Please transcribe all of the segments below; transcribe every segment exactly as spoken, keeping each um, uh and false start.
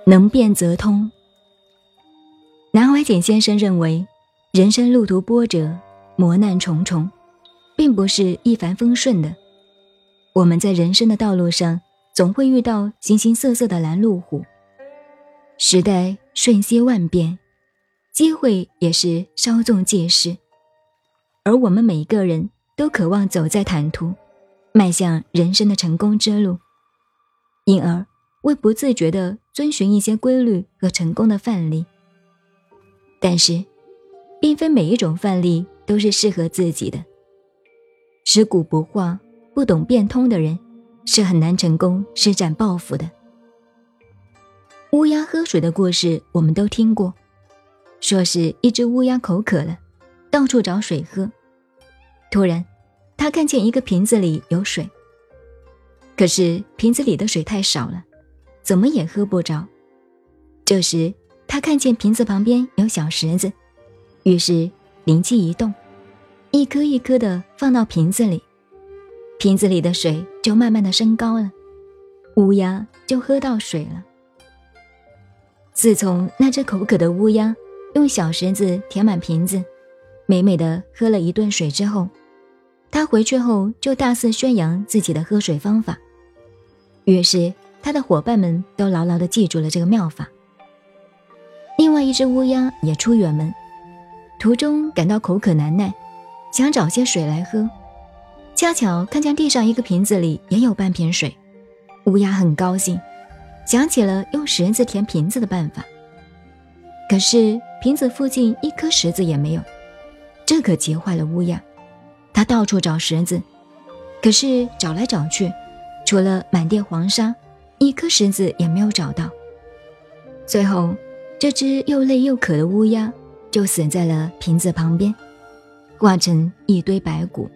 能变则通。南怀瑾先生认为，人生路途波折，磨难重重，并不是一帆风顺的。我们在人生的道路上，总会遇到形形色色的拦路虎。时代瞬息万变，机会也是稍纵即逝，而我们每一个人都渴望走在坦途，迈向人生的成功之路，因而会不自觉地遵循一些规律和成功的范例。但是并非每一种范例都是适合自己的，食古不化、不懂变通的人是很难成功施展抱负的。乌鸦喝水的故事我们都听过，说是一只乌鸦口渴了，到处找水喝。突然他看见一个瓶子里有水，可是瓶子里的水太少了，怎么也喝不着。这时他看见瓶子旁边有小石子，于是灵机一动，一颗一颗的放到瓶子里，瓶子里的水就慢慢的升高了，乌鸦就喝到水了。自从那只口渴的乌鸦用小石子填满瓶子，美美的喝了一顿水之后，他回去后就大肆宣扬自己的喝水方法，于是他的伙伴们都牢牢地记住了这个妙法。另外一只乌鸦也出远门，途中感到口渴难耐，想找些水来喝，恰巧看见地上一个瓶子里也有半瓶水，乌鸦很高兴，想起了用石子填瓶子的办法。可是瓶子附近一颗石子也没有，这可急坏了乌鸦。他到处找石子，可是找来找去，除了满地黄沙，一颗石子也没有找到。最后这只又累又渴的乌鸦就死在了瓶子旁边，化成一堆白骨。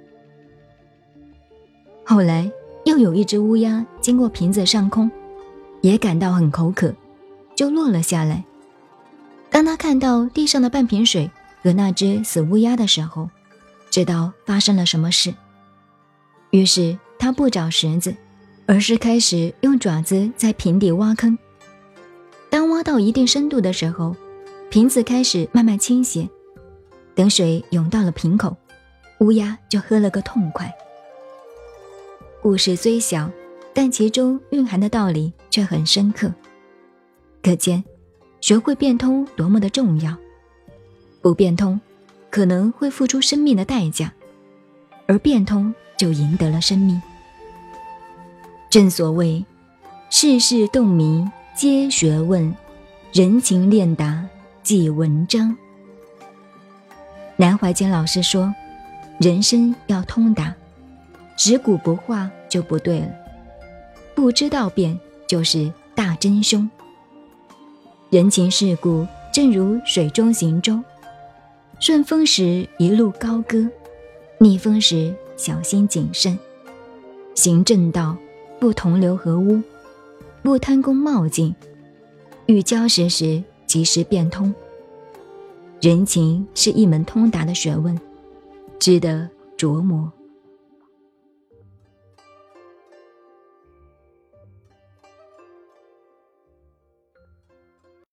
后来又有一只乌鸦经过瓶子上空，也感到很口渴，就落了下来。当他看到地上的半瓶水和那只死乌鸦的时候，知道发生了什么事，于是他不找石子，而是开始用爪子在瓶底挖坑。当挖到一定深度的时候，瓶子开始慢慢倾斜，等水涌到了瓶口，乌鸦就喝了个痛快。故事虽小，但其中蕴含的道理却很深刻，可见学会变通多么的重要。不变通可能会付出生命的代价，而变通就赢得了生命。正所谓世事洞明皆学问，人情练达即文章。南怀瑾老师说，人生要通达，食古不化就不对了，不知道变就是大真凶。人情世故正如水中行舟，顺风时一路高歌，逆风时小心谨慎，行正道，不同流合污，不贪功冒进，遇礁石时及时变通。人情是一门通达的学问，值得琢磨。